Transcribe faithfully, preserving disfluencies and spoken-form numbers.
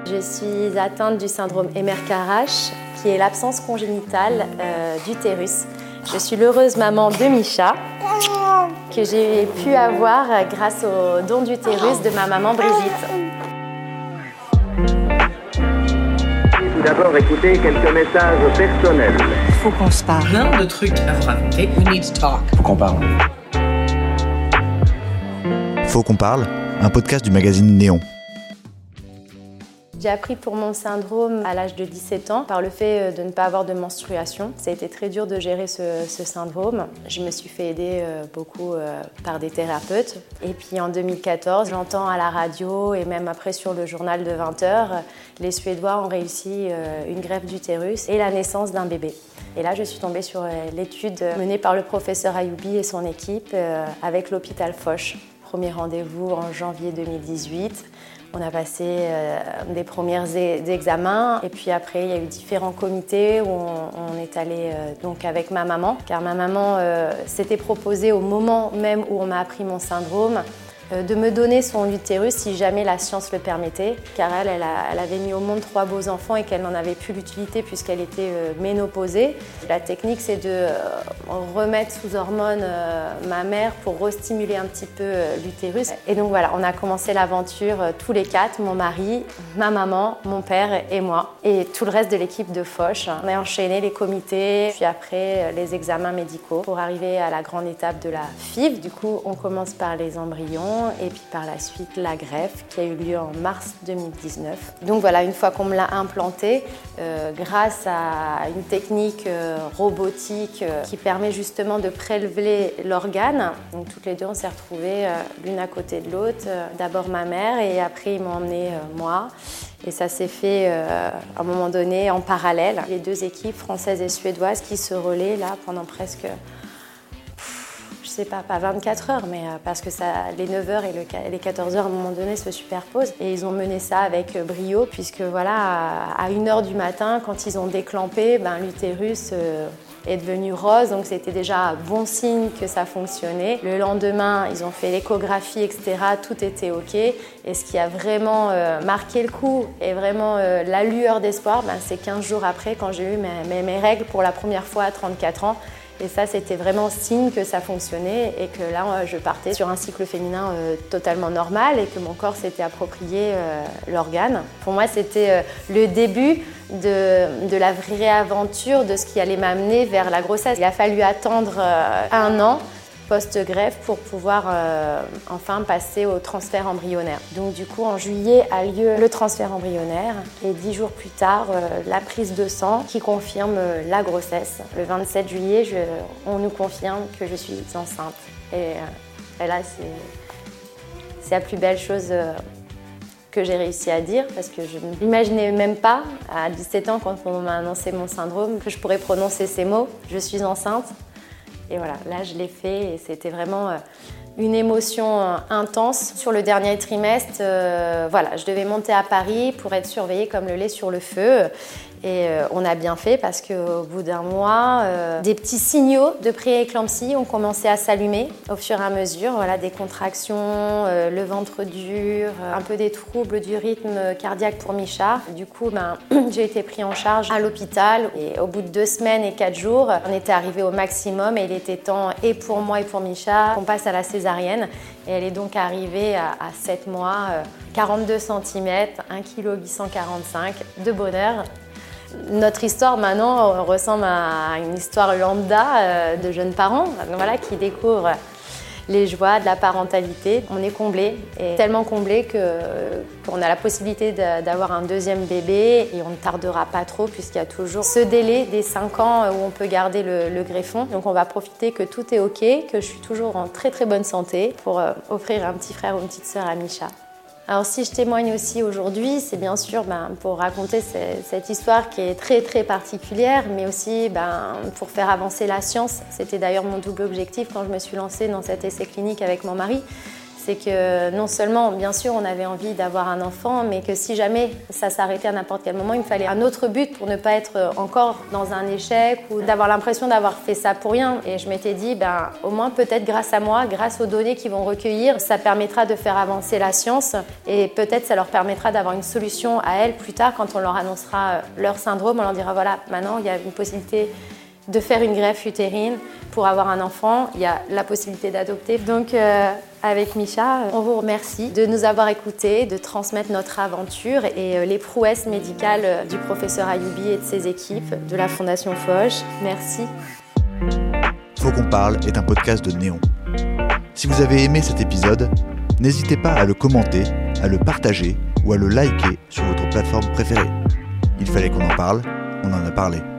Je suis atteinte du syndrome Emmerich-Karasch, qui est l'absence congénitale euh, d'utérus. Je suis l'heureuse maman de Misha, que j'ai pu avoir grâce au don d'utérus de ma maman Brigitte. Tout d'abord, écoutez quelques messages personnels. Faut qu'on se parle. Plein de trucs à vous raconter. We need to talk. Faut qu'on parle. Faut qu'on parle, un podcast du magazine Néon. J'ai appris pour mon syndrome à l'âge de dix-sept ans par le fait de ne pas avoir de menstruation. Ça a été très dur de gérer ce, ce syndrome. Je me suis fait aider beaucoup par des thérapeutes. Et puis en deux mille quatorze, j'entends à la radio et même après sur le journal de vingt heures, les Suédois ont réussi une greffe d'utérus et la naissance d'un bébé. Et là, je suis tombée sur l'étude menée par le professeur Ayoubi et son équipe avec l'hôpital Foch. Premier rendez-vous en janvier deux mille dix-huit. On a passé euh, des premiers examens et puis après il y a eu différents comités où on, on est allé euh, donc avec ma maman, car ma maman euh, s'était proposée au moment même où on m'a appris mon syndrome euh, de me donner son utérus si jamais la science le permettait, car elle, elle, a, elle avait mis au monde trois beaux enfants et qu'elle n'en avait plus l'utilité puisqu'elle était euh, ménopausée. La technique, c'est de euh, remettre sous hormones euh, ma mère pour restimuler un petit peu euh, l'utérus. Et donc voilà, on a commencé l'aventure euh, tous les quatre, mon mari, ma maman, mon père et moi, et tout le reste de l'équipe de Foch. On a enchaîné les comités, puis après euh, les examens médicaux pour arriver à la grande étape de la F I V. Du coup, on commence par les embryons et puis par la suite la greffe qui a eu lieu en mars deux mille dix-neuf. Donc voilà, une fois qu'on me l'a implanté, euh, grâce à une technique euh, robotique euh, qui permet justement de prélever l'organe. Donc toutes les deux, on s'est retrouvées euh, l'une à côté de l'autre. Euh, d'abord ma mère et après ils m'ont emmené euh, moi. Et ça s'est fait euh, à un moment donné en parallèle. Les deux équipes françaises et suédoises qui se relaient là pendant presque... Je sais pas, pas vingt-quatre heures, mais parce que ça, les neuf heures et, le, et les quatorze heures à un moment donné se superposent. Et ils ont mené ça avec brio, puisque voilà, à une heure du matin, quand ils ont déclampé, ben, l'utérus euh, est devenu rose, donc c'était déjà bon signe que ça fonctionnait. Le lendemain, ils ont fait l'échographie, et cetera. Tout était OK. Et ce qui a vraiment euh, marqué le coup et vraiment euh, la lueur d'espoir, ben, c'est quinze jours après, quand j'ai eu mes, mes, mes règles pour la première fois à trente-quatre ans. Et ça, c'était vraiment signe que ça fonctionnait et que là, je partais sur un cycle féminin euh, totalement normal et que mon corps s'était approprié euh, l'organe. Pour moi, c'était euh, le début de, de la vraie aventure de ce qui allait m'amener vers la grossesse. Il a fallu attendre euh, un an post-greffe pour pouvoir euh, enfin passer au transfert embryonnaire. Donc du coup, en juillet a lieu le transfert embryonnaire et dix jours plus tard, euh, la prise de sang qui confirme euh, la grossesse. Le vingt-sept juillet, je, on nous confirme que je suis enceinte. Et, euh, et là, c'est, c'est la plus belle chose euh, que j'ai réussi à dire parce que je ne m'imaginais même pas, à dix-sept ans, quand on m'a annoncé mon syndrome, que je pourrais prononcer ces mots « je suis enceinte ». Et voilà, là je l'ai fait et c'était vraiment une émotion intense. Sur le dernier trimestre, euh, voilà, je devais monter à Paris pour être surveillée comme le lait sur le feu. Et euh, on a bien fait parce qu'au bout d'un mois, euh, des petits signaux de pré-éclampsie ont commencé à s'allumer au fur et à mesure. Voilà, des contractions, euh, le ventre dur, un peu des troubles du rythme cardiaque pour Misha. Du coup, ben, j'ai été pris en charge à l'hôpital. Et au bout de deux semaines et quatre jours, on était arrivé au maximum et il était temps, et pour moi et pour Misha, qu'on passe à la césarienne. Et elle est donc arrivée à, à sept mois, euh, quarante-deux centimètres, un virgule huit cent quarante-cinq kilos de bonheur. Notre histoire maintenant ressemble à une histoire lambda de jeunes parents, voilà, qui découvrent les joies de la parentalité. On est comblés, et tellement comblés que, qu'on a la possibilité de, d'avoir un deuxième bébé et on ne tardera pas trop puisqu'il y a toujours ce délai des cinq ans où on peut garder le, le greffon. Donc on va profiter que tout est OK, que je suis toujours en très très bonne santé pour offrir un petit frère ou une petite sœur à Misha. Alors si je témoigne aussi aujourd'hui, c'est bien sûr ben, pour raconter cette, cette histoire qui est très très particulière, mais aussi ben, pour faire avancer la science. C'était d'ailleurs mon double objectif quand je me suis lancée dans cet essai clinique avec mon mari. c'est que non seulement, bien sûr, on avait envie d'avoir un enfant, mais que si jamais ça s'arrêtait à n'importe quel moment, il me fallait un autre but pour ne pas être encore dans un échec ou d'avoir l'impression d'avoir fait ça pour rien. Et je m'étais dit, ben, au moins peut-être grâce à moi, grâce aux données qu'ils vont recueillir, ça permettra de faire avancer la science et peut-être ça leur permettra d'avoir une solution à elles plus tard quand on leur annoncera leur syndrome. On leur dira, voilà, maintenant il y a une possibilité de faire une greffe utérine pour avoir un enfant, il y a la possibilité d'adopter. Donc euh, avec Misha, on vous remercie de nous avoir écoutés, de transmettre notre aventure et euh, les prouesses médicales du professeur Ayoubi et de ses équipes de la Fondation Foch. Merci. Faut qu'on parle est un podcast de Néon. Si vous avez aimé cet épisode, n'hésitez pas à le commenter, à le partager ou à le liker sur votre plateforme préférée. Il fallait qu'on en parle, on en a parlé.